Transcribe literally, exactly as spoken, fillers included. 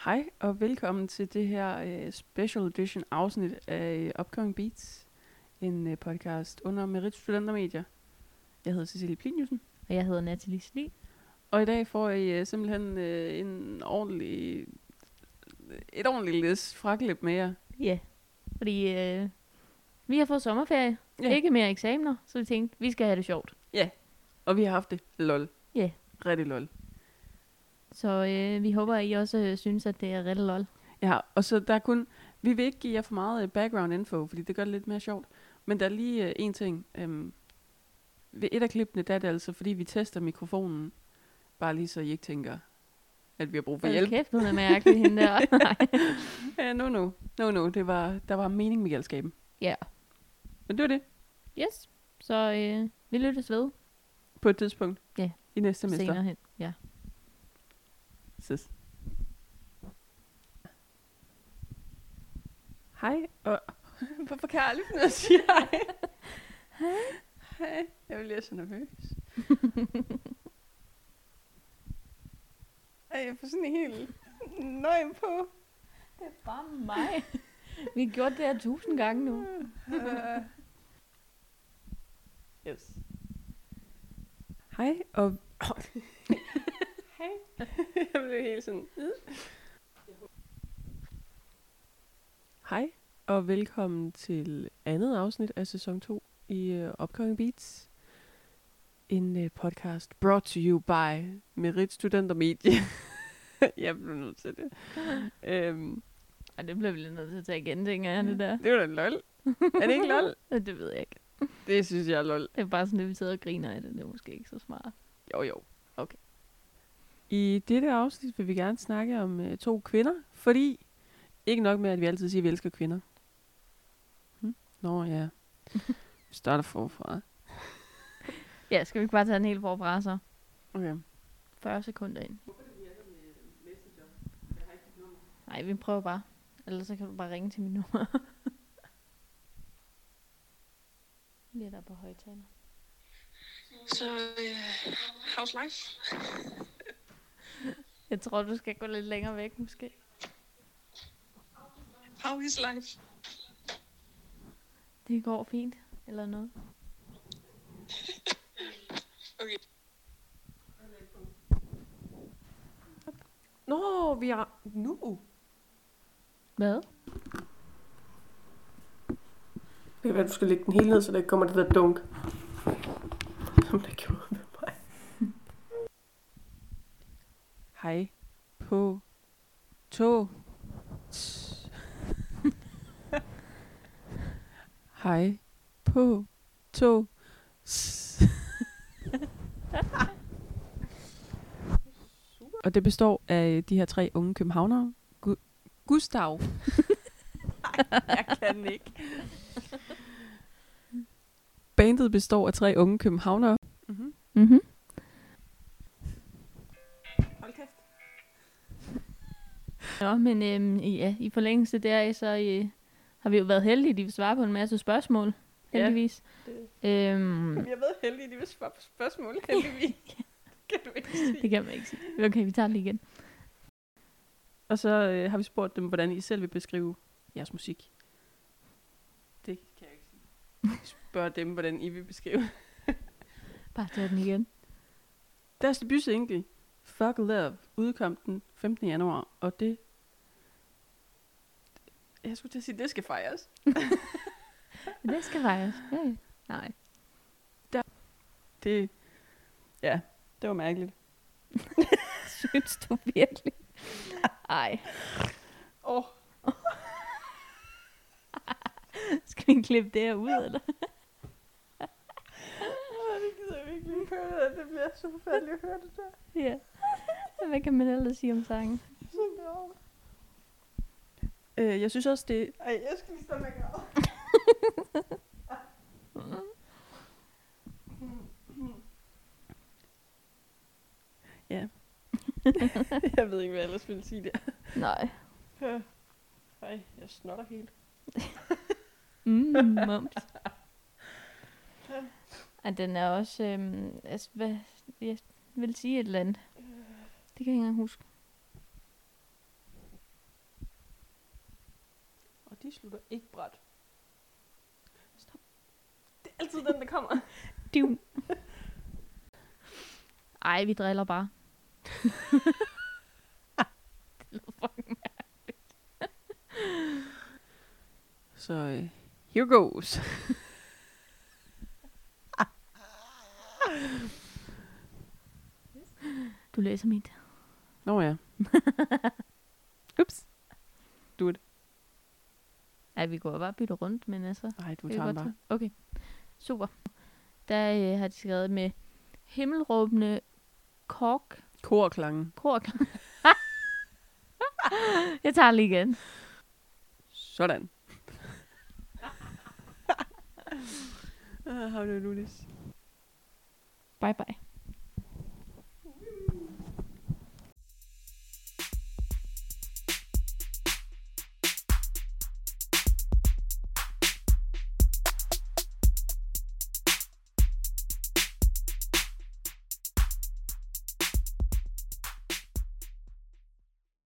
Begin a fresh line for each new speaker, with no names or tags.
Hej og velkommen til det her uh, special edition afsnit af Upcoming Beats, en uh, podcast under Merit Studentermedier. Jeg hedder Cecilie Pliniussen.
Og jeg hedder Nathalie Sli.
Og i dag får I uh, simpelthen uh, en ordentlig, et ordentligt læs fraklip med jer.
Ja, yeah. fordi øh, vi har fået sommerferie.
Ja.
Ikke mere eksamener, så vi tænkte, vi skal have det sjovt.
Ja, og vi har haft det lol.
Ja. Yeah.
Rigtig lol.
Så øh, vi håber, at I også øh, synes, at det er rigtig lol.
Ja, og så der er kun, vi vil ikke give jer for meget uh, background info, fordi det gør det lidt mere sjovt. Men der er lige uh, en ting. Um, ved et af klippene, der er det altså, fordi vi tester mikrofonen. Bare lige så I ikke tænker, at vi har brug for hjælp.
Kæft, hun er mærkelig, hende der.
Ja, no, no. No, no. Det var, der var mening med galskaben.
Ja. Yeah.
Men det var det.
Yes. Så øh, vi lyttes ved.
På et tidspunkt.
Ja. Yeah.
I næste semester.
Senere hen, ja.
Ses. Hej. Og hvorfor kan jeg aldrig finde ud af at sige hej?
Hej.
Hej. Jeg bliver så nervøs. Ej, jeg får sådan en helt nøgen på.
Det er bare mig. Vi har gjort det her tusind gange nu.
uh, yes. Hej, og... Hej. Jeg blev helt sådan... Hej, og velkommen til andet afsnit af sæson to i uh, Upcoming Beats. En uh, podcast brought to you by Merit Studentermedie. Jeg blev nødt til det. um,
Ej, det bliver vi lidt nødt til at tage igen, tænker jeg, det der.
Det var da en lol. Er det ikke lol?
Det ved jeg ikke.
Det synes jeg er lol.
Det er bare sådan, at vi sidder og griner af det. Det er måske ikke så smart.
Jo, jo. Okay. I dette afsnit vil vi gerne snakke om uh, to kvinder, fordi ikke nok med, at vi altid siger, at vi elsker kvinder. Hm? Nå ja. Vi starter forfra.
Ja, skal vi ikke bare tage den helt forfra så?
Okay.
fyrre sekunder ind. Nej, vi prøver bare. Ellers så kan du bare ringe til mit nummer. Lige der på højtaler.
Så, uh, how's life?
Jeg tror, du skal gå lidt længere væk, måske.
How is life?
Det går fint, eller noget.
Okay.
Nå, vi er nu.
Hvad?
Det kan være, du skal lægge den hele ned, så der ikke kommer det der dunk. Som der gjorde med mig. Hej på tog. Hej på tog. Og det består af de her tre unge københavnere. Gu- Gustav. Jeg kan ikke. Bandet består af tre unge københavnere. Mm-hmm.
Mhm.
Hold kæft.
Nå, men øhm, ja, i forlængelse deraf, så øh, har vi jo været heldige, at de vil svare på en masse spørgsmål. Heldigvis.
Ja,
øhm,
Vi har været heldige, at de vil svare på spørgsmål. Heldigvis. Kan du ikke sige.
det kan man ikke sige. Okay, vi tager det lige igen.
Og så øh, har vi spurgt dem, hvordan I selv vil beskrive jeres musik. Det kan jeg ikke sige. Spørg dem, hvordan I vil beskrive.
Bare tage den igen.
Deres debutsingle, Fuck Love, udkom den femtende januar, og det... Jeg skulle til at sige, det skal fejres.
Det skal fejres. Ja. Nej.
Det... Ja, det var mærkeligt.
Synes du virkelig? Ej.
Åh. Oh.
Skal vi klippe det her ud, eller?
Det gider jeg virkelig ikke høre. Det bliver så forfærdeligt at høre det der.
Ja. Hvad kan man ellers sige om sangen?
Øh, jeg synes også, det... Ej, jeg skal lige stå med at Ja. Jeg ved ikke, hvad jeg ellers ville sige der.
Nej.
Ej, jeg snotter helt.
Mm, mums. Og den er også, øhm, altså, hvad, jeg vil sige et eller andet. Det kan jeg ikke engang huske.
de slutter ikke bræt. Stop. Det er altid den, der kommer.
Div. Ej, vi driller bare. Det lyder fucking mærkeligt.
Så uh, here goes.
Du læser mit.
Nå ja. Ups. Do it.
Ja, vi går bare bytte rundt, men altså...
Nej, du
det er
tager den
godt
bare.
så. Okay, super. Der øh, har de skrevet med himmelråbende kork.
Korklangen.
Kork. Jeg tager lige igen.
Sådan. uh, how do I do this?
Bye bye.